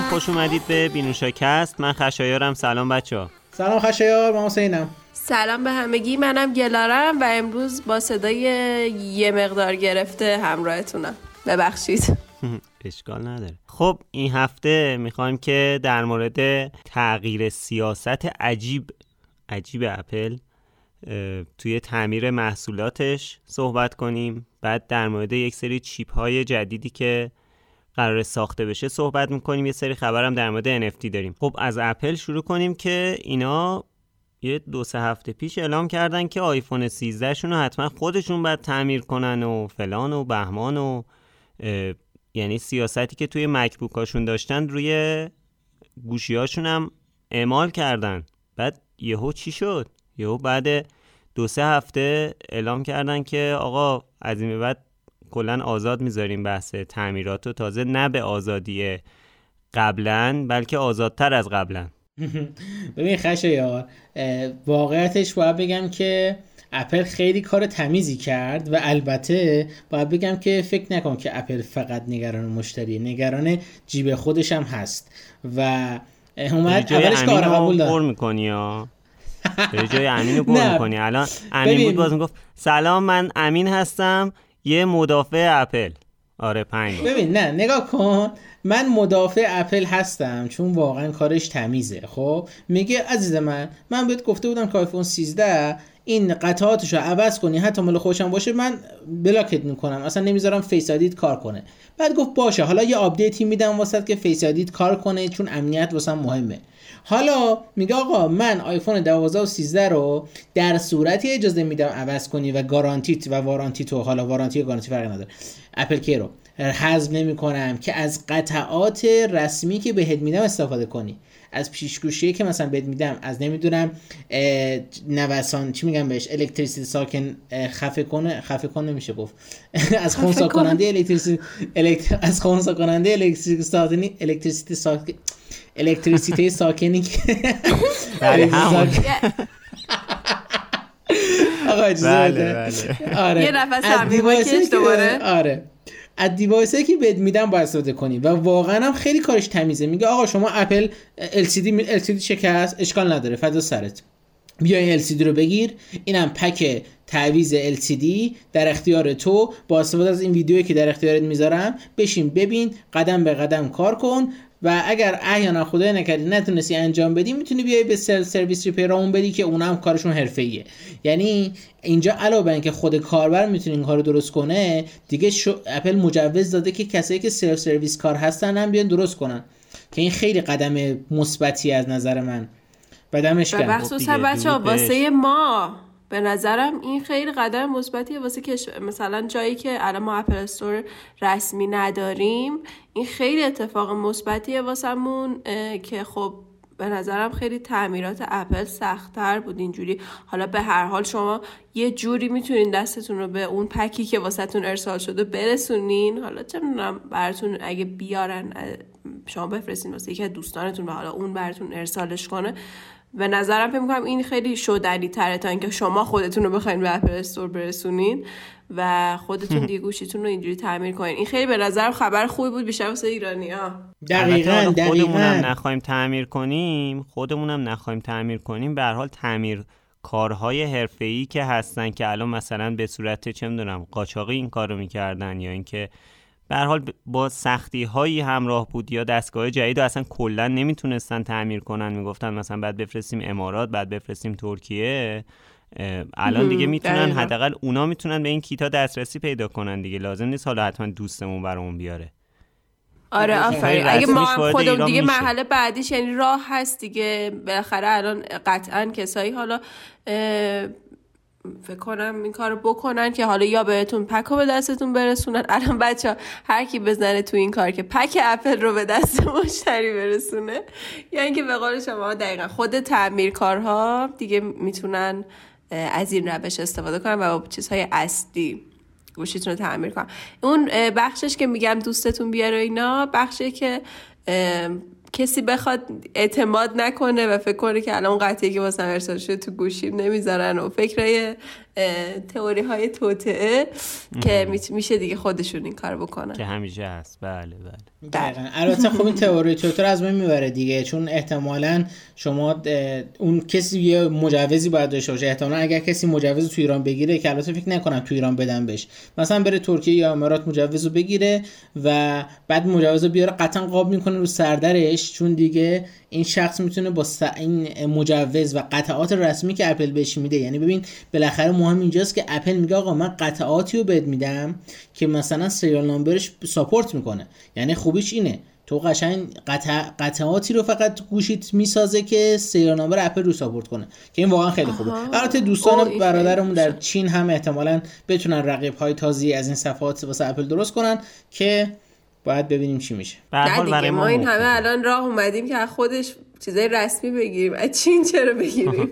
خوش اومدید به بینوشاکست. من خشایارم. سلام بچه‌ها. سلام خشایار، من حسینم. سلام به همگی، منم گلارم و امروز با صدای یه مقدار گرفته همراهتونم. ببخشید. اشکال نداره. خب این هفته میخوایم که در مورد تغییر سیاست عجیب اپل توی تعمیر محصولاتش صحبت کنیم. بعد در مورد یک سری چیپ های جدیدی که قرار ساخته بشه صحبت میکنیم. یه سری خبرم در مورد NFT داریم. خب از اپل شروع کنیم که اینا یه 2-3 هفته پیش اعلام کردن که آیفون 13 شون رو حتما خودشون باید تعمیر کنن و فلان و بهمان و یعنی سیاستی که توی مکبوک هاشون داشتن روی گوشی هاشون هم اعمال کردن. بعد یهو چی شد؟ یهو بعد 2-3 هفته اعلام کردن که آقا از این به بعد کلن آزاد میذاریم بحث تعمیرات رو، تازه نه به آزادی قبلن بلکه آزادتر از قبلن. ببین خشایار، واقعیتش باید بگم که اپل خیلی کار تمیزی کرد و البته باید بگم که فکر نکن که اپل فقط نگران مشتریه، نگران جیب خودش هم هست و اومد اولش کار قبول داد. پر می‌کنی ها. به جای امین رو پر می‌کنی. الان امین بود باز میگفت سلام من امین هستم یه مدافع اپل. آره 5. ببین نه نگاه کن، من مدافع اپل هستم چون واقعا کارش تمیزه. خب میگه عزیز من بهت گفته بودم که آیفون 13 این قطعاتش رو عوض کنی، حتی مال خودشم باشه من بلاکت میکنم، اصلا نمیذارم فیس آیدیت کار کنه. بعد گفت باشه حالا یه آپدیتی میدم واسط که فیس آیدیت کار کنه چون امنیت واسم مهمه. حالا میگه آقا من آیفون 12 و 13 رو در صورتی اجازه میدم عوض کنی و گارانتیت و وارانتی تو، حالا وارانتی و گارانتی فرق نداره، اپل کی رو حذف نمی‌کنم که از قطعات رسمی که بهت میدم استفاده کنی. از پیشگوشی که مثلا بهت میدم، از نمیدونم نوسان چی میگم بهش، الکتریسیته ساکن خفه کن نمیشه گفت از خنثی کننده الکتریسیته ساکنی که آقا اجازه بده. آره یه نفس عمیق بکش دوباره. آره از دیوایسی که بهت میدم باید استفاده کنی و واقعا هم خیلی کارش تمیزه. میگه آقا شما اپل LCD شکست، اشکال نداره، فدا سرت، بیا این LCD رو بگیر، اینم پک تعویض LCD در اختیار تو، با استفاده از این ویدیویی که در اختیارت میذارم بشین ببین، قدم به قدم کار کن و اگر احیانا خدای نکرده نتونستی انجام بدی میتونی بیای به سرویس ریپیرامون بدی که اونا هم کارشون حرفه‌ایه. یعنی اینجا علاوه بر اینکه خود کاربر میتونه این کارو درست کنه، دیگه اپل مجوز داده که کسایی که سلف سرویس کار هستن هم بیان درست کنن، که این خیلی قدم مثبتی از نظر من و دمش گرم. بخصوصا بچه‌ها واسه ما به نظرم این خیلی قدم مثبتیه واسه مثلا جایی که الان ما اپل استور رسمی نداریم، این خیلی اتفاق مثبتیه واسمون که خب به نظرم خیلی تعمیرات اپل سخت‌تر بود اینجوری. حالا به هر حال شما یه جوری میتونین دستتون رو به اون پکی که واسهتون ارسال شده برسونین. حالا چه میدونم براتون اگه بیارن شما بفرستین واسه یکی از دوستانتون و حالا اون براتون ارسالش کنه. به نظرم فکر می‌کنم این خیلی شدنی تره تا اینکه شما خودتون رو بخواید به اپل استور برسونین و خودتون دیگه گوشیتون رو اینجوری تعمیر کنین. این خیلی به نظرم خبر خوبی بود بیشتر واسه ایرانی‌ها. دقیقاً خودمونم نخوایم تعمیر کنیم به هر حال تعمیر کارهای حرفه‌ای که هستن که الان مثلا به صورت چه می‌دونم قاچاقی این کارو می‌کردن یا اینکه به هر حال با سختی‌هایی همراه بود یا دستگاه جدید اصلا کلا نمیتونستن تعمیر کنن، میگفتن مثلا بعد بفرستیم امارات، بعد بفرستیم ترکیه. الان دیگه میتونن، حداقل اونا میتونن به این کیتا دسترسی پیدا کنن دیگه، لازم نیست حالا حتما دوستمون برامون بیاره. آره آفرین. اگه ما هم خودمون دیگه مرحله بعدیش یعنی راه هست دیگه، بالاخره الان قطعا کسایی حالا فکر کنم این کارو بکنن که حالا یا بهتون پکو به دستتون برسونن. الان بچه‌ها هر کی بزنه تو این کار که پک اپل رو به دست مشتری برسونه، یا اینکه به قول شما دقیقاً خود تعمیرکارها دیگه میتونن از این روش استفاده کنن و با چیزهای اصلی گوشیتون رو تعمیر کنن. اون بخشش که میگم دوستتون بیاره اینا، بخشی که کسی بخواد اعتماد نکنه و فکر کنه که الان اون قطعی که واسه ارسال شده تو گوشیم نمیذارن و فکرای تئوری های توطئه که میشه دیگه خودشون این کار بکنن که همیشه هست. بله دقیقاً. البته خب این تئوری توطئه از بین میبره دیگه، چون احتمالاً شما اون کسی یه مجوزی باید داشته باشه. احتمالاً اگر کسی مجوز تو ایران بگیره، که البته فکر نکنم تو ایران بدن بهش، مثلا بره ترکیه یا امارات مجوزو بگیره و بعد مجوزو بیاره، قطعاً قاب میکنه رو سردرش، چون دیگه این شخص میتونه با این مجوز و قطعات رسمی که اپل بهش میده، یعنی ببین بالاخره مهم اینجاست که اپل میگه آقا من قطعاتی رو بهت میدم که مثلا سریال نامبرش ساپورت میکنه. یعنی خوبیش اینه تو قشنگ قطعاتی رو فقط گوشیت میسازه که سریال نامبر اپل رو ساپورت کنه، که این واقعا خیلی خوبه. البته دوستان برادرمون در چین هم احتمالاً بتونن رقیب‌های تازه‌ای از این صفحات واسه اپل درست کنن که باید ببینیم چی میشه. نه دیگه ما این همه الان راه اومدیم که خودش چیزای رسمی بگیریم، از چین چرا بگیریم؟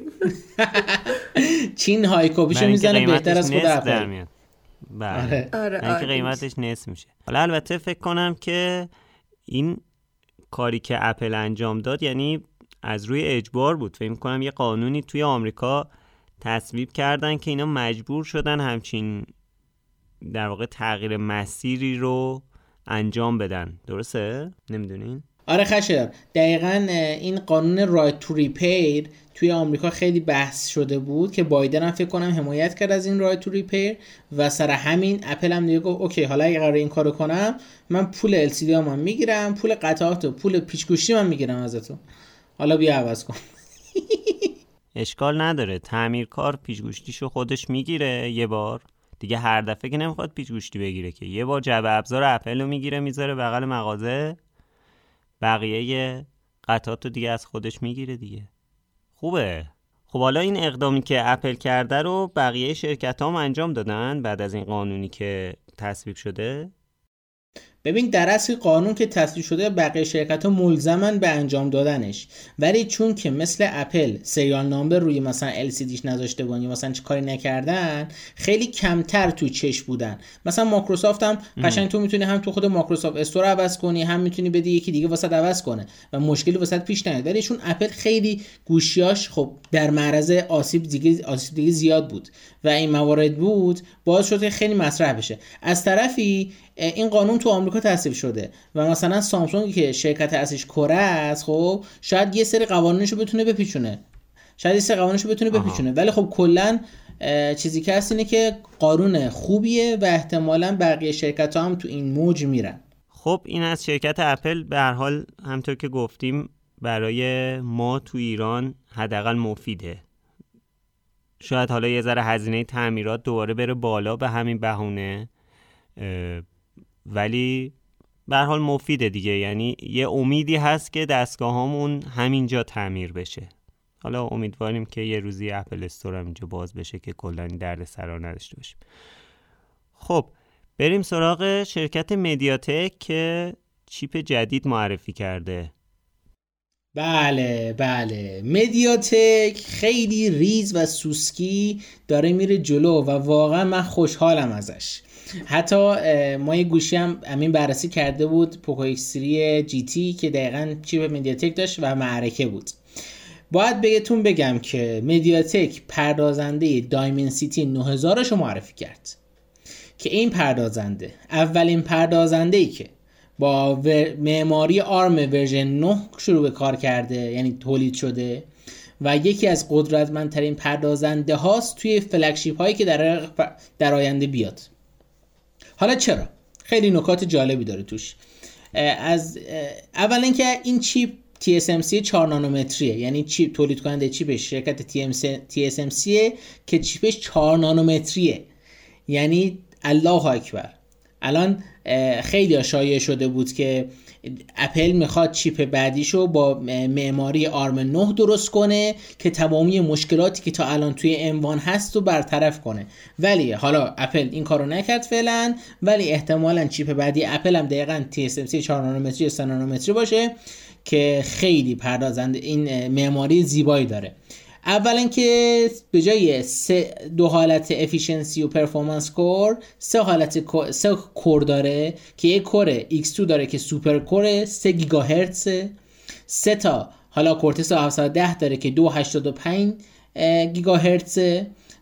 چین های کپیشو میزنه بهتر از خود اپل. بله. اینکه قیمتش نصف میشه. حالا البته فکر کنم که این کاری که اپل انجام داد یعنی از روی اجبار بود. فکر می‌کنم یه قانونی توی آمریکا تصویب کردن که اینا مجبور شدن همچین در واقع تغییر مسیری رو انجام بدن. درسته؟ نمیدونین؟ آره خشر، دقیقاً این قانون رایت تو ریپیر توی آمریکا خیلی بحث شده بود که بایدن هم فکر کنم حمایت کرد از این رایت تو ریپیر و سر همین اپل هم دیگه گفت اوکی حالا اگه قراره این کارو کنم من پول LCD هم میگیرم، پول قطعات و پول پیچ‌گوشتی هم میگیرم ازتون، حالا بیا عوض کن. اشکال نداره، تعمیرکار پیچ‌گوشتیشو خودش میگیره یه بار دیگه، هر دفعه که نمیخواد پیچ‌گوشتی بگیره که یه بار جعبه ابزار اپل رو میگیره میذاره بغل مغازه، بقیه قطعات رو دیگه از خودش میگیره دیگه. خوبه. خب حالا این اقدامی که اپل کرده رو بقیه شرکت هم انجام دادن بعد از این قانونی که تصویب شده؟ ببین در اصل قانون که تصویب شده بقیه شرکت‌ها ملزمن به انجام دادنش، ولی چون که مثل اپل سریال نامبر روی مثلا LCDش نذاشته بودن یا مثلا چه کاری نکردن، خیلی کمتر تو چش بودن. مثلا مایکروسافت هم قشنگ تو میتونی هم تو خود مایکروسافت استور عوض کنی، هم میتونی بدی یکی دیگه واسه عوض کنه و مشکلی واسه پیش نیاد. ولی چون اپل خیلی گوشیاش خب در معرض آسیب دیگه زیاد بود و این موارد بود، باعث شد که خیلی مطرح بشه. از طرفی این قانون تو آمریکا تصویب شده و مثلا سامسونگ که شرکت اصلیش کره است، خب شاید یه سری قوانینشو بتونه بپیچونه، ولی خب کلا چیزی که هست اینه که قانون خوبیه و احتمالاً بقیه شرکت‌ها هم تو این موج میرن. خب این از شرکت اپل. به هر حال همونطور که گفتیم برای ما تو ایران حداقل مفیده. شاید حالا یه ذره هزینه تعمیرات دوباره بره بالا به همین بهونه، ولی به هر حال مفیده دیگه. یعنی یه امیدی هست که دستگاهامون همینجا تعمیر بشه. حالا امیدواریم که یه روزی اپل استور هم اینجا باز بشه که کلا این دردسرا نداشته باشیم. خب بریم سراغ شرکت مدیاتک که چیپ جدید معرفی کرده. بله مدیاتک خیلی ریز و سوسکی داره میره جلو و واقعا من خوشحالم ازش. حتی ما یه گوشی هم امین بررسی کرده بود، پوکو X3 GT که دقیقاً چیپ مدیاتک داشت و معرکه بود. باید بهتون بگم که مدیاتک پردازنده دایمنسیتی 9000 رو معرفی کرد که این پردازنده اولین پردازنده‌ای که با معماری آرم ورژن 9 شروع به کار کرده، یعنی تولید شده و یکی از قدرتمندترین پردازنده هاست توی فلگشیپ هایی که در آینده بیاد. حالا چرا؟ خیلی نکات جالبی داره توش. از اول اینکه این چیپ TSMC 4 نانومتریه، یعنی چیپ تولید کننده چیپش شرکت TSMC که چیپش 4 نانومتریه، یعنی الله اکبر. الان خیلی شایع شده بود که اپل میخواد چیپ بعدیشو با معماری آرم 9 درست کنه که تمامی مشکلاتی که تا الان توی M1 هست رو برطرف کنه، ولی حالا اپل این کارو نکرد فعلا، ولی احتمالاً چیپ بعدی اپل هم دقیقاً TSMC 4 نانومتری 3 نانومتری باشه که خیلی پردازنده این معماری زیبایی داره. اولا که به جای 2 حالت افیشنسی و پرفورمنس کور 3 کور داره که یک کور X2 داره که سوپر کور 3 گیگاهرتز، 3 تا حالا کورتکس 710 داره که 285 گیگاهرتز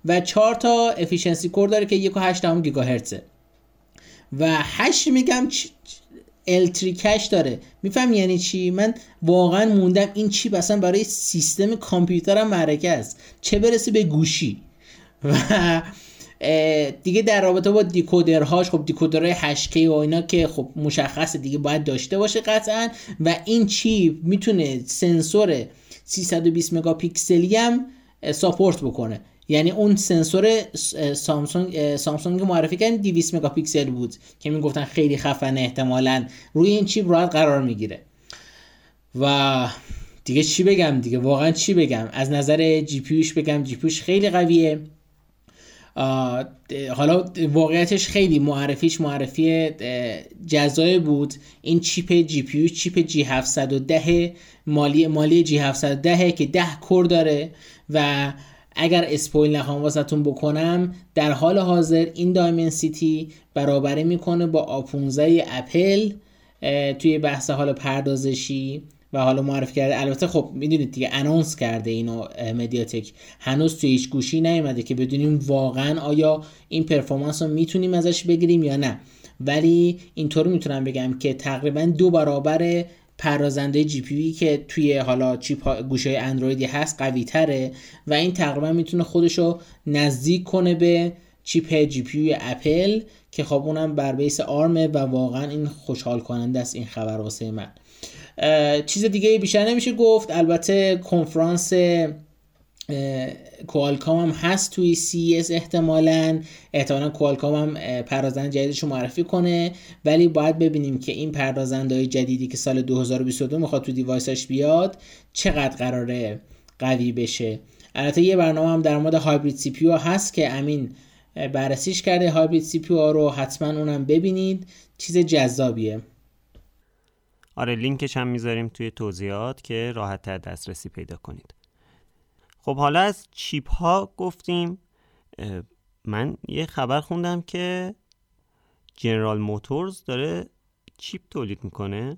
و 4 تا افیشنسی کور داره که 1.8 گیگاهرتزه و 8 میگم التری کش داره. میفهم یعنی چی؟ من واقعا موندم این چیپ اصلا برای سیستم کامپیوترم معرکه است، چه برسه به گوشی. و دیگه در رابطه با دیکودرهاش، خب دیکودرهای 8K و اینا که خب مشخصه دیگه باید داشته باشه قطعا، و این چیپ میتونه سنسور 320 مگاپیکسلی هم ساپورت بکنه. یعنی اون سنسور سامسونگ معرفی کردن 200 مگاپیکسل بود که میگفتن خیلی خفنه، احتمالاً روی این چیپ راحت قرار میگیره. و دیگه چی بگم دیگه، واقعا چی بگم؟ از نظر جی پیوش بگم جی پیوش خیلی قویه. حالا واقعیتش خیلی معرفی جزایی بود. این چیپ جی پیو چیپ G710 مالی G710 که 10 کور داره و اگر اسپویل نخوام واسهتون بکنم، در حال حاضر این دایمنسیتی برابری میکنه با A15 اپل توی بحث حال پردازشی و حالا معرفی کرده. البته خب میدونید دیگه اناونس کرده اینو مدیاتک، هنوز توی هیچ گوشی نیومده که بدونیم واقعا آیا این پرفورمنس رو میتونیم ازش بگیریم یا نه، ولی اینطور میتونم بگم که تقریبا 2 برابر پردازنده جی پی یو که توی حالا چیپ گوشای اندرویدی هست قوی تره و این تقریبا میتونه خودشو نزدیک کنه به چیپ جی پی یو اپل که خب اونم بر بیس آرمه و واقعا این خوشحال کننده است این خبر واسه من. چیز دیگه بیشتر نمیشه گفت. البته کنفرانس کوالکام هم هست توی CES، احتمالاً کوالکام هم پردازنده جدیدش رو معرفی کنه، ولی باید ببینیم که این پردازنده‌های جدیدی که سال 2022 میخواد تو دیوایسش بیاد چقدر قراره قوی بشه. البته یه برنامه هم در مورد هایبرید سی پی یو هست که امین بررسیش کرده، هایبرید سی پی یو رو حتما اونم ببینید، چیز جذابیه. آره لینکش هم میذاریم توی توضیحات که راحت تر دسترسی پیدا کنید. خب حالا از چیپ ها گفتیم، من یه خبر خوندم که جنرال موتورز داره چیپ تولید میکنه.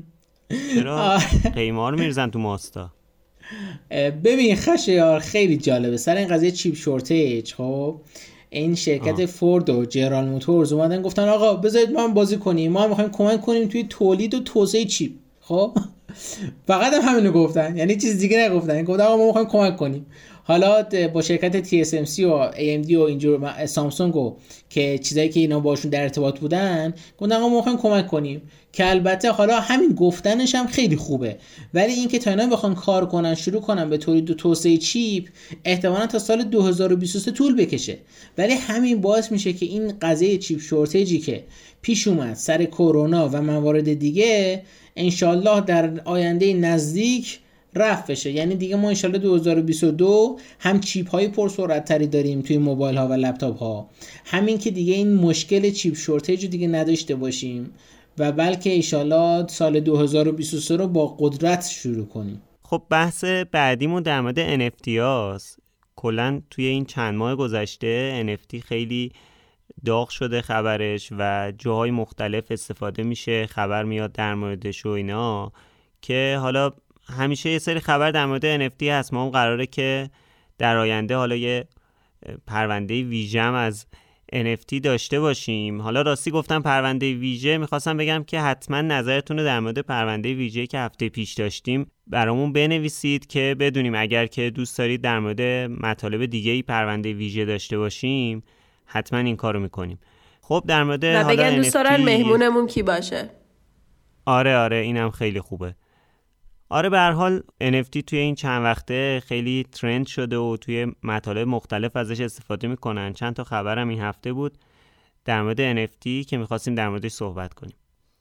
چرا قیمار میرزن تو ماستا؟ ببین خشیار خیلی جالبه سر این قضیه چیپ شورتیج. خب این شرکت فورد و جنرال موتورز اومدن گفتن آقا بذارید ما هم بازی کنیم، ما هم میخوایم کمک کنیم توی تولید و توسعه چیپ. خب فقط هم همینو گفتن، یعنی چیز دیگه نگفتن، گفتن آقا ما میخوایم کمک کنیم. حالا با شرکت TSMC و AMD و اینجور سامسونگ و که چیزایی که اینا باشون در ارتباط بودن گفتن آقا ما میخوایم کمک کنیم، که البته حالا همین گفتنش هم خیلی خوبه، ولی این که تا اینا بخوان کار کنن شروع کنن به تولید و توسعه چیپ احتمالاً تا سال 2023 طول بکشه. ولی همین باعث میشه که این قضیه چیپ شورتیجی که پیش اومد سر کرونا و موارد دیگه انشالله در آینده نزدیک رفع بشه. یعنی دیگه ما انشالله 2022 هم چیپ های پرسرعت تری داریم توی موبایل ها و لپتاپ ها، همین که دیگه این مشکل چیپ شورتیج رو دیگه نداشته باشیم و بلکه انشالله سال 2023 رو با قدرت شروع کنیم. خب بحث بعدیمون در مورد NFT هاست. کلن توی این چند ماه گذشته NFT خیلی داغ شده خبرش و جاهای مختلف استفاده میشه، خبر میاد در موردش و اینا، که حالا همیشه یه سری خبر در مورد NFT هست. ما هم قراره که در آینده حالا یه پرونده ویژه از NFT داشته باشیم. حالا راستی گفتم پرونده ویژه، میخواستم بگم که حتما نظرتون رو در مورد پرونده ویژه که هفته پیش داشتیم برامون بنویسید که بدونیم اگر که دوست دارید در مورد مطالب دیگه‌ای پرونده ویژه داشته باشیم حتما این کارو میکنیم. خب در مورد و بگن دوست دارن مهمونمون کی باشه. آره اینم خیلی خوبه. آره به هر حال NFT توی این چند وقته خیلی ترند شده و توی مطالب مختلف ازش استفاده میکنن. چند تا خبرم این هفته بود در مورد NFT که میخواستیم در موردش صحبت کنیم.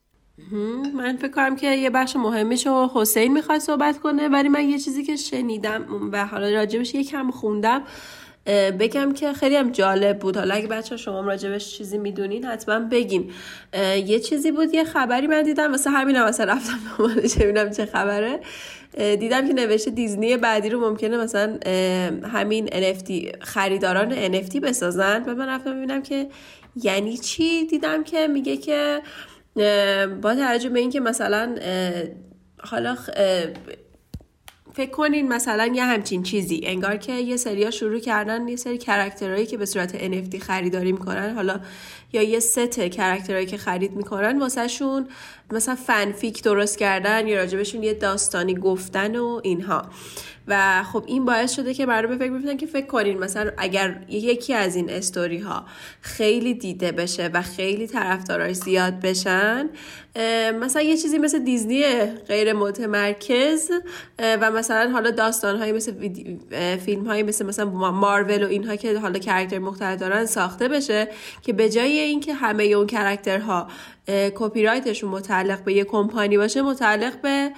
من فکر کنم که یه بخش مهمیشو حسین میخواد صحبت کنه، ولی من یه چیزی که شنیدم و حالا راجبش یکم خوندم بگم که خیلی هم جالب بود. حالا اگه بچه شما راجبش چیزی میدونین حتما بگین. یه چیزی بود، یه خبری من دیدم، واسه همینم واسه رفتم دنبالش ببینم چه خبره. دیدم که نوشته دیزنی بعدی رو ممکنه مثلا همین NFT خریداران NFT بسازن و من رفتم ببینم که یعنی چی. دیدم که میگه که با توجه به این که مثلا حالا فکر کنین مثلا یه همچین چیزی، انگار که یه سریا شروع کردن یه سری کاراکترایی که به صورت NFT خریداری میکنن، حالا یا یه ست کاراکترایی که خرید میکنن واسه شون مثلا فنفیک درست کردن یا راجبشون یه داستانی گفتن و اینها. و خب این باعث شده که مردم فکر کنین مثلا اگر یکی از این استوری ها خیلی دیده بشه و خیلی طرفداراش زیاد بشن، مثلا یه چیزی مثل دیزنی غیر متمرکز و مثلا حالا داستان‌های مثل فیلم‌های مثلا مارول و اینها که حالا کاراکتر مختلف دارن ساخته بشه که به جای اینکه همه اون کاراکترها کپی رایتشون متعلق به یه کمپانی باشه، متعلق به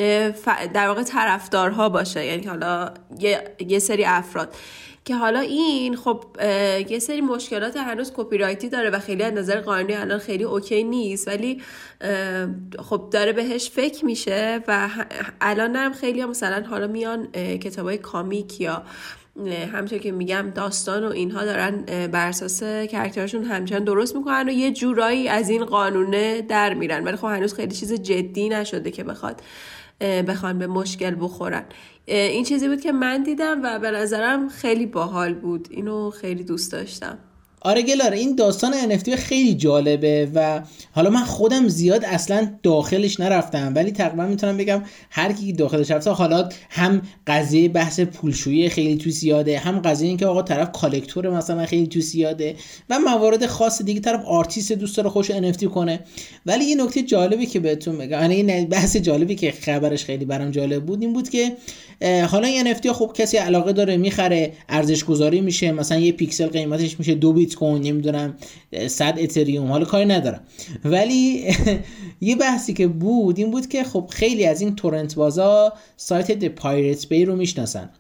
در واقع طرفدارها باشه، یعنی حالا یه سری افراد که حالا این خب یه سری مشکلات هنوز کپی رایتی داره و خیلی از نظر قانونی الان خیلی اوکی نیست، ولی خب داره بهش فکر میشه و الان هم خیلی هم مثلا حالا میان کتابای کامیک یا همونطور که میگم داستان و اینها دارن بر اساس کاراکترشون همچنان درست میکنن و یه جورایی از این قانونه در میرن، ولی خب هنوز خیلی چیز جدی نشده که بخوان به مشکل بخورن. این چیزی بود که من دیدم و به نظرم خیلی باحال بود، اینو خیلی دوست داشتم. آره گلار، این داستان NFT خیلی جالبه و حالا من خودم زیاد اصلا داخلش نرفتم، ولی تقریبا میتونم بگم هر کی داخلش رفته حالا هم قضیه بحث پولشویی خیلی تو زیاده، هم قضیه این که آقا طرف کالکتور مثلا خیلی تو زیاده و موارد خاص دیگه، طرف آرتیست دوست داره خوش NFT کنه. ولی این نکته جالبی که بهتون بگم، این بحث جالبی که خبرش خیلی برام جالب بود این بود که حالا این NFT خب کسی علاقه داره میخره، ارزش گذاری میشه، مثلا یه پیکسل قیمتش میشه 2 بیت کوین، نمیدونم 100 اتریوم، حالا کاری ندارم. ولی یه بحثی که بود این بود که خب خیلی از این تورنت بازا سایت The Pirate Bay رو میشناسن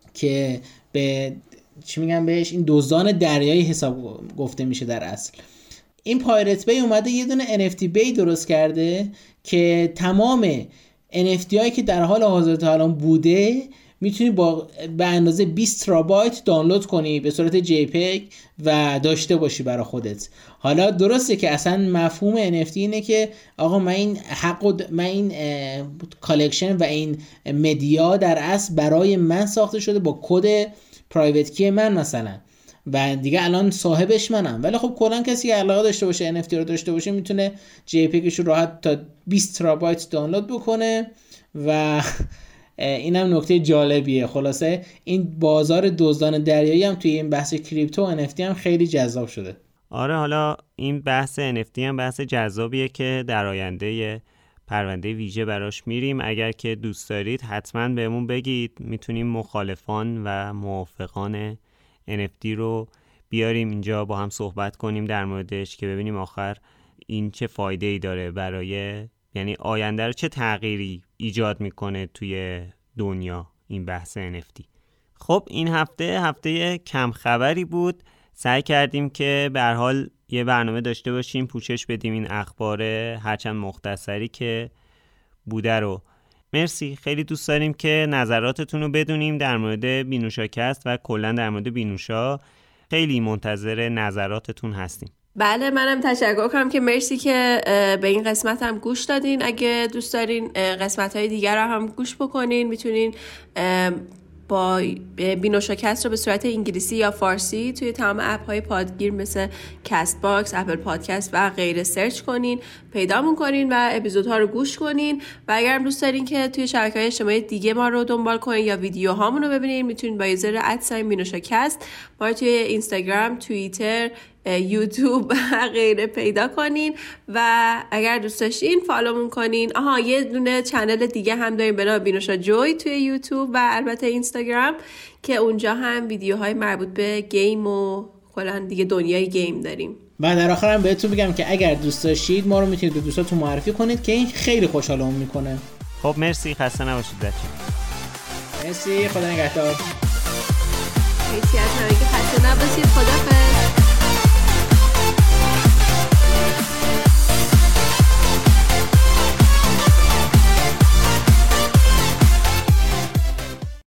که به چی میگن بهش، این دزدان دریایی حساب گفته میشه در اصل. این پایرت بی اومده یه دونه NFT بی درست کرده که تمام NFT هایی که در حال حاضر تا الان بوده میتونی به اندازه 20 ترابایت دانلود کنی به صورت JPEG و داشته باشی برای خودت. حالا درسته که اصلا مفهوم NFT اینه که آقا من این من این کالکشن و این مدیا در اصل برای من ساخته شده با کد پرایوت کی من مثلا و دیگه الان صاحبش منم. ولی خب کلا کسی که علاقه داشته باشه NFT رو داشته باشه میتونه JPEGش رو راحت تا 20 ترابایت دانلود بکنه و اینم نکته جالبیه. خلاصه این بازار دزدان دریایی هم توی این بحث کریپتو و NFT هم خیلی جذاب شده. آره، حالا این بحث NFT هم بحث جذابیه که در آینده پرونده ویژه براش میریم. اگر که دوست دارید حتما بهمون بگید، میتونیم مخالفان و موافقان NFT رو بیاریم اینجا با هم صحبت کنیم در موردش که ببینیم آخر این چه فایده ای داره برای، یعنی آینده رو چه تغییری ایجاد میکنه توی دنیا این بحث NFT. خب این هفته کم خبری بود. سعی کردیم که به هر حال یه برنامه داشته باشیم، پوشش بدیم این اخبار هرچند مختصری که بوده رو. مرسی، خیلی دوست داریم که نظراتتون رو بدونیم در مورد بینوشاکست و کلا در مورد بینوشا. خیلی منتظر نظراتتون هستیم. بله، منم تشکر کنم که مرسی که به این قسمت هم گوش دادین. اگه دوست دارین قسمت‌های دیگر رو هم گوش بکنین، میتونین با بینوشاکست رو به صورت انگلیسی یا فارسی توی تمام اپ‌های پادگیر مثل کست باکس، اپل پادکست و غیره سرچ کنین، پیدامون کنین و اپیزودها رو گوش کنین. و اگر هم دوست دارین که توی شبکه‌های اجتماعی دیگه ما رو دنبال کنین یا ویدیوهامون رو ببینین، میتونین با یوزر @بینوشاکست ما رو توی اینستاگرام، توییتر، یوتیوب و غیره پیدا کنین. و اگر دوست داشتین فالومون کنین. یه دونه چنل دیگه هم داریم به نام بینوشا جوی توی یوتیوب و البته اینستاگرام که اونجا هم ویدیوهای مربوط به گیم و کلا دیگه دنیای گیم داریم. و در آخر هم بهتون بگم که اگر دوست داشتید ما رو میتونید به دوستاتون معرفی کنید که این خیلی خوشحالمون میکنه. خب مرسی، خسته نباشید بچه‌ها. مرسی، خدا نگهدار. مرسی از همه که خسته نباشید. خدافظ.